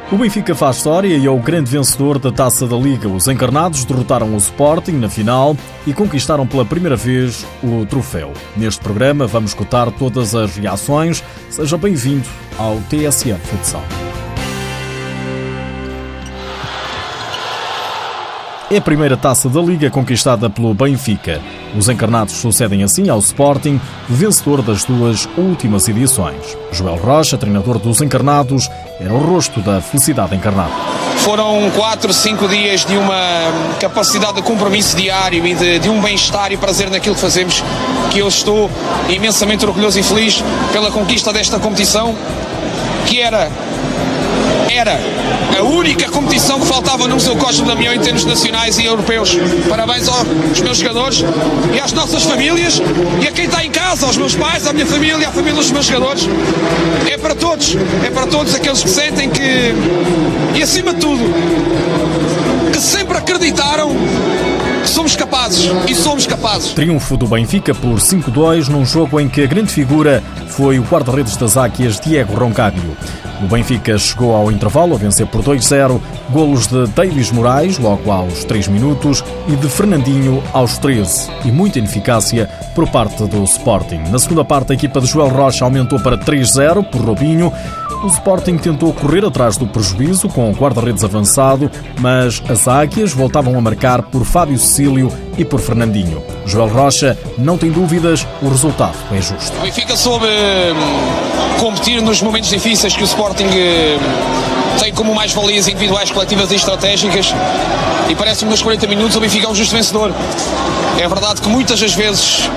O Benfica faz história e é o grande vencedor da Taça da Liga. Os encarnados derrotaram o Sporting na final e conquistaram pela primeira vez o troféu. Neste programa vamos escutar todas as reações. Seja bem-vindo ao TSF Futsal. É a primeira Taça da Liga conquistada pelo Benfica. Os encarnados sucedem assim ao Sporting, vencedor das duas últimas edições. Joel Rocha, treinador dos encarnados, era o rosto da felicidade encarnada. Foram 4, 5 dias de uma capacidade de compromisso diário e de um bem-estar e prazer naquilo que fazemos, que eu estou imensamente orgulhoso e feliz pela conquista desta competição, que era a única competição que faltava no Museu Cosme Damião em termos nacionais e europeus. Parabéns aos meus jogadores e às nossas famílias e a quem está em casa, aos meus pais, à minha família, à família dos meus jogadores. É para todos aqueles que sentem que, e acima de tudo, que sempre acreditaram que somos capazes, e somos capazes. Triunfo do Benfica por 5-2 num jogo em que a grande figura foi o guarda-redes das Águias, Diego Roncário. O Benfica chegou ao intervalo a vencer por 2-0, golos de Davis Moraes logo aos 3 minutos e de Fernandinho aos 13, e muita ineficácia por parte do Sporting. Na segunda parte, a equipa de Joel Rocha aumentou para 3-0 por Robinho. O Sporting tentou correr atrás do prejuízo com o guarda-redes avançado, mas as Águias voltavam a marcar por Fábio Cecílio e por Fernandinho. Joel Rocha não tem dúvidas, o resultado é justo. O Benfica soube competir nos momentos difíceis que o Sporting tem como mais-valias individuais, coletivas e estratégicas, e parece-me nos 40 minutos o Benfica é um justo vencedor. É verdade que muitas das vezes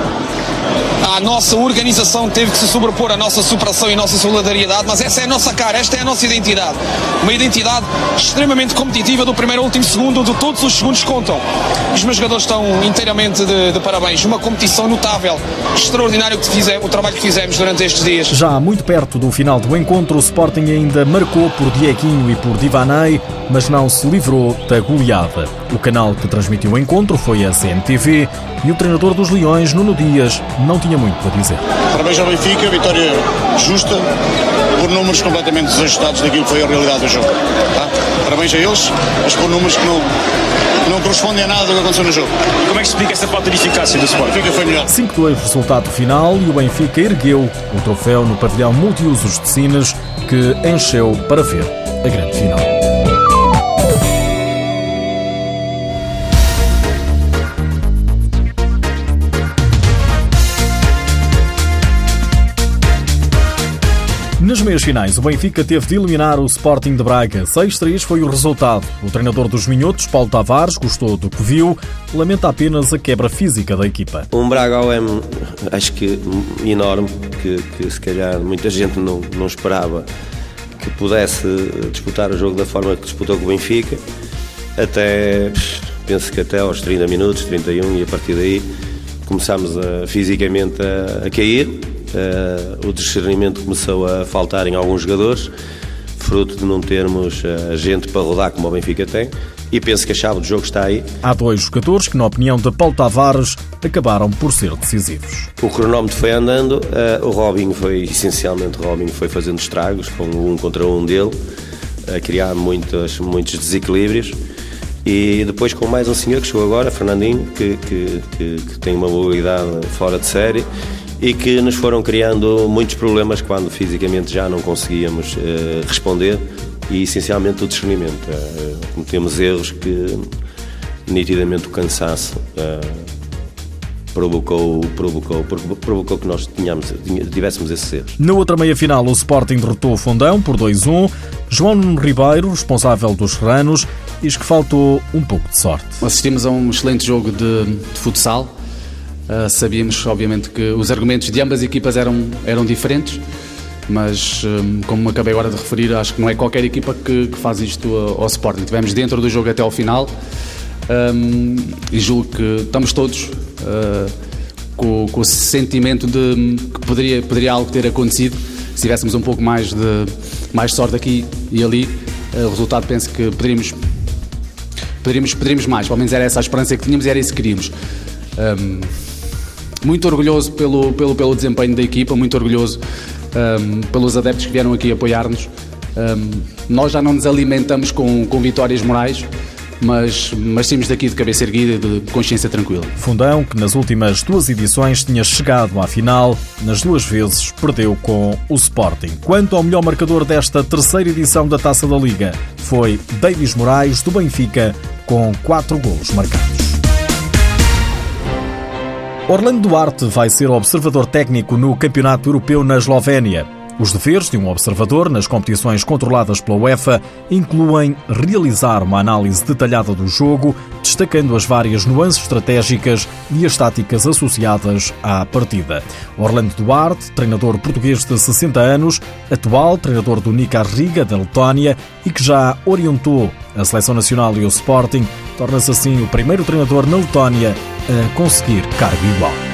a nossa organização teve que se sobrepor à nossa superação e à nossa solidariedade, mas essa é a nossa cara, esta é a nossa identidade. Uma identidade extremamente competitiva do primeiro ao último segundo, onde todos os segundos contam. Os meus jogadores estão inteiramente de parabéns. Uma competição notável, extraordinário o trabalho que fizemos durante estes dias. Já muito perto do final do encontro, o Sporting ainda marcou por Dieguinho e por Divanei, mas não se livrou da goleada. O canal que transmitiu o encontro foi a CMTV e o treinador dos Leões, Nuno Dias, não tinha muito para dizer. Parabéns ao Benfica, vitória justa, por números completamente desajustados daquilo que foi a realidade do jogo. Tá? Parabéns a eles, mas por números que não correspondem a nada do que aconteceu no jogo. E como é que se explica essa falta de eficácia do Sporting? O Benfica foi melhor. 5-2 resultado final e o Benfica ergueu o troféu no pavilhão multiusos de Sines, que encheu para ver a grande final. Nas meias finais, o Benfica teve de eliminar o Sporting de Braga. 6-3 foi o resultado. O treinador dos minhotos, Paulo Tavares, gostou do que viu, lamenta apenas a quebra física da equipa. Um Braga OM, acho que enorme, que se calhar muita gente não esperava que pudesse disputar o jogo da forma que disputou com o Benfica. Penso que até aos 30 minutos, 31, e a partir daí começámos fisicamente a cair. O discernimento começou a faltar em alguns jogadores, fruto de não termos gente para rodar como o Benfica tem, e penso que a chave do jogo está aí. Há dois jogadores que, na opinião de Paulo Tavares, acabaram por ser decisivos. O cronómetro foi andando, o Robinho foi fazendo estragos com um contra um dele, a criar muitos desequilíbrios, e depois com mais um senhor que chegou agora, Fernandinho, que tem uma mobilidade fora de série, e que nos foram criando muitos problemas quando fisicamente já não conseguíamos responder, e essencialmente o discernimento. Cometemos erros que nitidamente o cansaço provocou que nós tivéssemos esses erros. Na outra meia-final, o Sporting derrotou o Fundão por 2-1. João Nuno Ribeiro, responsável dos serranos, diz que faltou um pouco de sorte. Assistimos a um excelente jogo de futsal. Sabíamos, obviamente, que os argumentos de ambas as equipas eram diferentes, mas, como acabei agora de referir, acho que não é qualquer equipa que faz isto ao Sporting. Estivemos dentro do jogo até ao final, e julgo que estamos todos com o sentimento de que poderia algo ter acontecido. Se tivéssemos um pouco mais sorte aqui e ali, o resultado, penso que poderíamos mais. Pelo menos era essa a esperança que tínhamos e era isso que queríamos. Muito orgulhoso pelo desempenho da equipa, muito orgulhoso pelos adeptos que vieram aqui apoiar-nos, Nós já não nos alimentamos com vitórias morais, mas saímos daqui de cabeça erguida e de consciência tranquila. Fundão, que nas últimas 2 edições tinha chegado à final, nas 2 vezes perdeu com o Sporting. Quanto ao melhor marcador desta 3ª edição da Taça da Liga, foi Davis Moraes, do Benfica, com 4 golos marcados. Orlando Duarte vai ser observador técnico no Campeonato Europeu na Eslovénia. Os deveres de um observador nas competições controladas pela UEFA incluem realizar uma análise detalhada do jogo, destacando as várias nuances estratégicas e as táticas associadas à partida. Orlando Duarte, treinador português de 60 anos, atual treinador do Nika Riga, da Letónia, e que já orientou a Seleção Nacional e o Sporting, torna-se assim o primeiro treinador na Letónia a conseguir cargo igual.